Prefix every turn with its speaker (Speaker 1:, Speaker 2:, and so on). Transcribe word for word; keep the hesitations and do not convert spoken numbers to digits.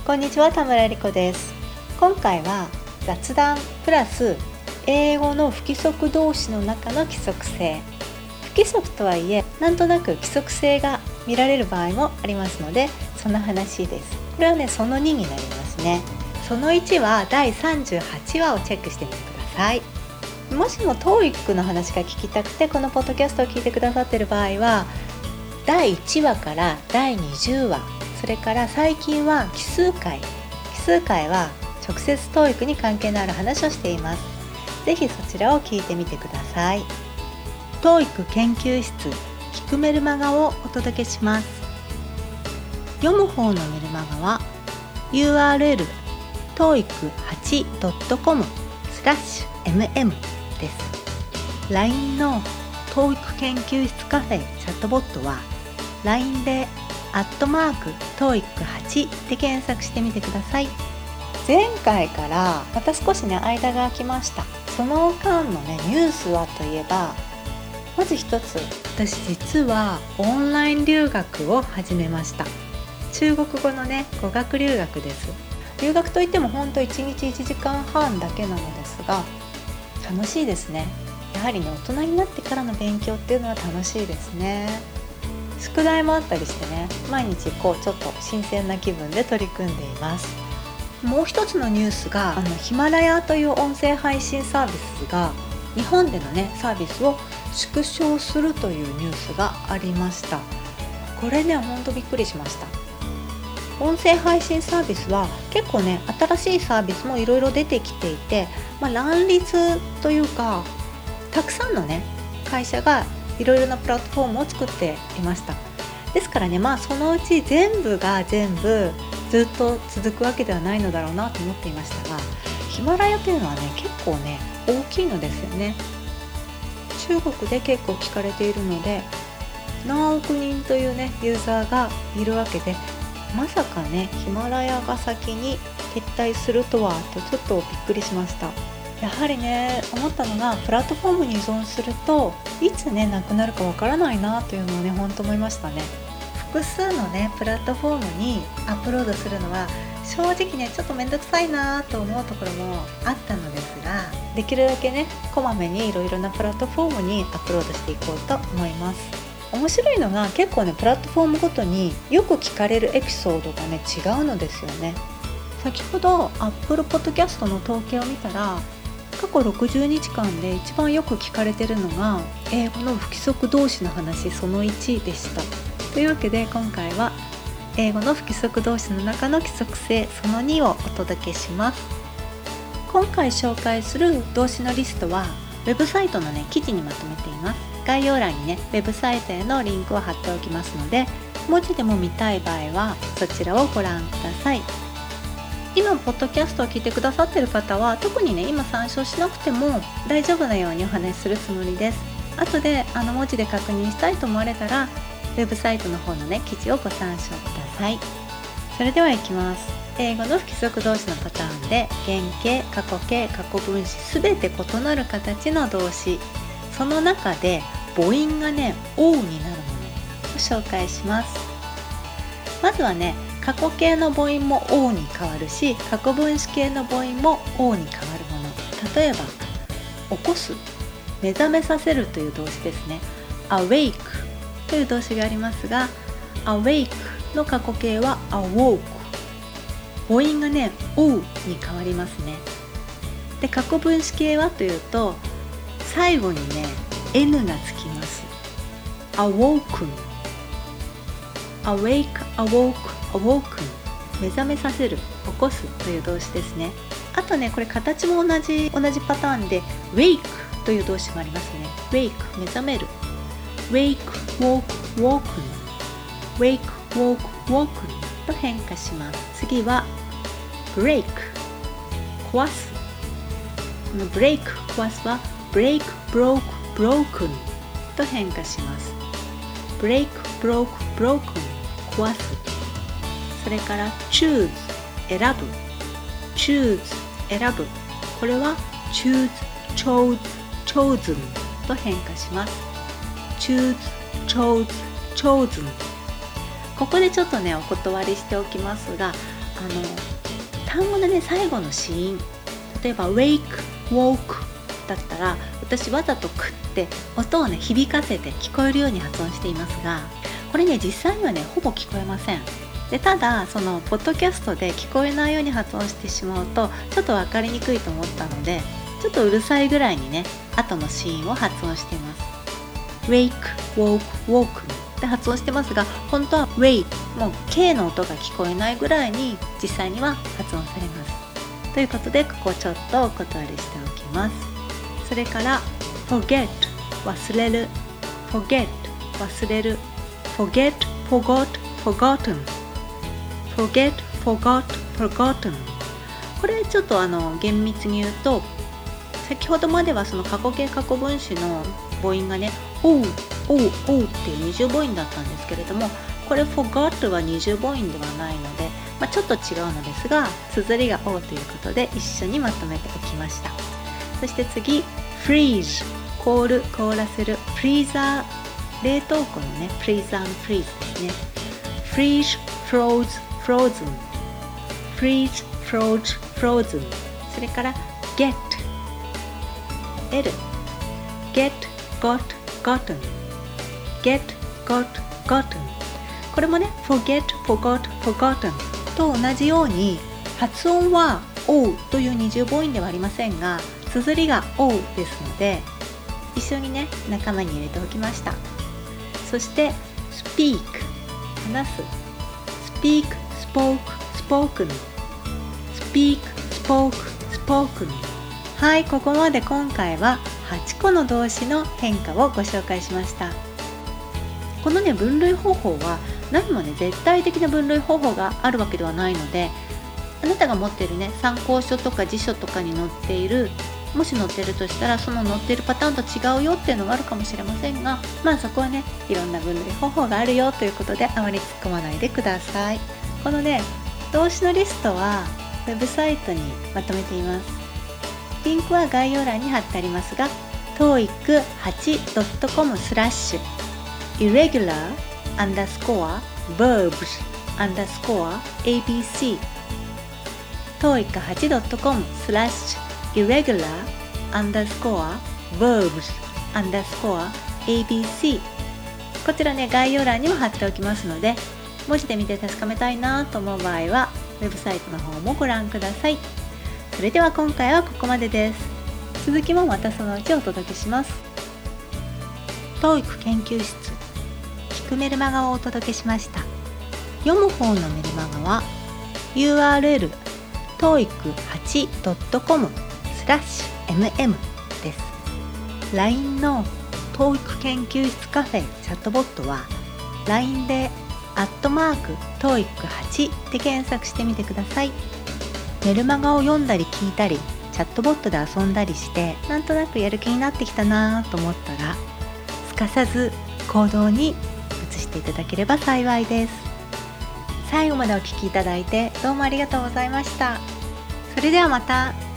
Speaker 1: こんにちは、田村理子です。今回は雑談プラス英語の不規則動詞の中の規則性。不規則とはいえなんとなく規則性が見られる場合もありますので、その話です。これはねそのにになりますね。そのいちはだいさんじゅうはちわをチェックしてみてください。もしも トーイック の話が聞きたくてこのポッドキャストを聞いてくださっている場合はだいいちわからだいにじゅうわ、それから最近は奇数回奇数回は直接 トーイック に関係のある話をしています。ぜひそちらを聞いてみてください。 トーイック 研究室聞くメルマガをお届けします。読む方のメルマガは ユーアールエル トーイックはちドットコム スラッシュ エムエム です。 ライン の トーイック 研究室カフェチャットボットは ライン でアットマーク トーイックはち で検索してみてください。前回からまた少しね間が空きました。その間のねニュースはといえば、まず一つ、私実はオンライン留学を始めました。中国語のね語学留学です。留学といっても本当いちにちいちじかんはんだけなのですが楽しいですね。やはりね大人になってからの勉強っていうのは楽しいですね。宿題もあったりしてね、毎日こうちょっと新鮮な気分で取り組んでいます。もう一つのニュースがあのヒマラヤという音声配信サービスが日本でのねサービスを縮小するというニュースがありました。これねほんとびっくりしました。音声配信サービスは結構ね新しいサービスもいろいろ出てきていて、まあ、乱立というかたくさんのね会社がいろいろなプラットフォームを作っていました。ですからねまあそのうち全部が全部ずっと続くわけではないのだろうなと思っていましたが、ヒマラヤというのはね結構ね大きいのですよね。中国で結構聞かれているので何億人というねユーザーがいるわけで、まさかねヒマラヤが先に撤退するとはとちょっとびっくりしました。やはりね思ったのがプラットフォームに依存するといつねなくなるかわからないなというのをね本当思いましたね。複数のねプラットフォームにアップロードするのは正直ねちょっとめんどくさいなと思うところもあったのですが、できるだけねこまめにいろいろなプラットフォームにアップロードしていこうと思います。面白いのが結構ねプラットフォームごとによく聞かれるエピソードがね違うのですよね。先ほど Apple Podcast の統計を見たら過去ろくじゅうにちかんで一番よく聞かれているのが英語の不規則動詞の話そのいちでした。というわけで今回は英語の不規則動詞の中の規則性そのにをお届けします。今回紹介する動詞のリストはウェブサイトのね記事にまとめています。概要欄にねウェブサイトへのリンクを貼っておきますので、文字でも見たい場合はそちらをご覧ください。今ポッドキャストを聞いてくださっている方は特にね今参照しなくても大丈夫なようにお話しするつもりです。後であの文字で確認したいと思われたらウェブサイトの方のね記事をご参照ください。それではいきます。英語の不規則動詞のパターンで原型、過去形、過去分詞すべて異なる形の動詞、その中で母音がね O になるものを紹介します。まずはね過去形の母音も O に変わるし過去分詞形の母音も O に変わるもの。例えば起こす、目覚めさせるという動詞ですね。 awake という動詞がありますが awake の過去形は awoke、 母音がね O に変わりますね。で過去分詞形はというと最後にね N がつきます。 awoken、 awake、 awoke、 awoken 目覚めさせる、起こすという動詞ですね。あとねこれ形も同じ同じパターンで wake という動詞もありますね。 wake 目覚める、 wake、 woke、 woken、 wake、 woke、 woken と変化します。次は break 壊す、この break 壊すは break、 broke、 broken と変化します。 break、 broke、 broken 壊す。それから choose 選ぶ、 choose 選ぶ、これは choose、 chose、 chosen と変化します。 choose、 chose、 chosen。 ここでちょっとねお断りしておきますがあの単語のね最後の子音、例えば wake, woke だったら私わざとくって音をね響かせて聞こえるように発音していますが、これね実際にはねほぼ聞こえません。でただそのポッドキャストで聞こえないように発音してしまうとちょっと分かりにくいと思ったので、ちょっとうるさいぐらいにね後の子音を発音しています。 wake, woke, woke って発音してますが、本当は wake もう K の音が聞こえないぐらいに実際には発音されます。ということでここちょっとお断りしておきます。それから forget 忘れる、 forget 忘れる、 forget, forgot, forgotten、 forget, forgot, forgotten。 これちょっとあの厳密に言うと、先ほどまではその過去形過去分詞の母音がねおうおうおうっていう二重母音だったんですけれども、これ forgot は二重母音ではないので、まあ、ちょっと違うのですが綴りが O ということで一緒にまとめておきました。そして次 freeze 凍る凍らせる、フリーザー冷凍庫のねフリーザーのフリーズですね。 freeze froze frozen freeze froze frozen。 それから get L get got gotten get got gotten。 これもね forget forgot forgotten と同じように発音は O という二重母音ではありませんが綴りが O ですので一緒にね仲間に入れておきました。そして speak 話す、 speak spoke spoken speak spoke spoken。 はい、ここまで今回ははちこの動詞の変化をご紹介しました。このね分類方法は何もね絶対的な分類方法があるわけではないので、あなたが持っているね参考書とか辞書とかに載っている、もし載っているとしたらその載っているパターンと違うよっていうのがあるかもしれませんが、まあそこはねいろんな分類方法があるよということであまり突っ込まないでください。このね動詞のリストはウェブサイトにまとめています。リンクは概要欄に貼ってありますが、トーイックエイトドットコム スラッシュ irregular underscore verbs underscore abc トーイックエイトドットコム スラッシュ irregular underscore verbs underscore abc こちらね概要欄にも貼っておきますので、文字で見て確かめたいなと思う場合はウェブサイトの方もご覧ください。それでは今回はここまでです。続きもまたそのうちお届けします。トーイック研究室聞くメルマガをお届けしました。読む方のメルマガは ユーアールエル トーイックエイトドットコム スラッシュ エムエム です。 ライン のトーイック研究室カフェチャットボットは ライン でアットマーク トーイックエイト で検索してみてください。メルマガを読んだり聞いたりチャットボットで遊んだりしてなんとなくやる気になってきたなと思ったらすかさず行動に移していただければ幸いです。最後までお聞きいただいてどうもありがとうございました。それではまた。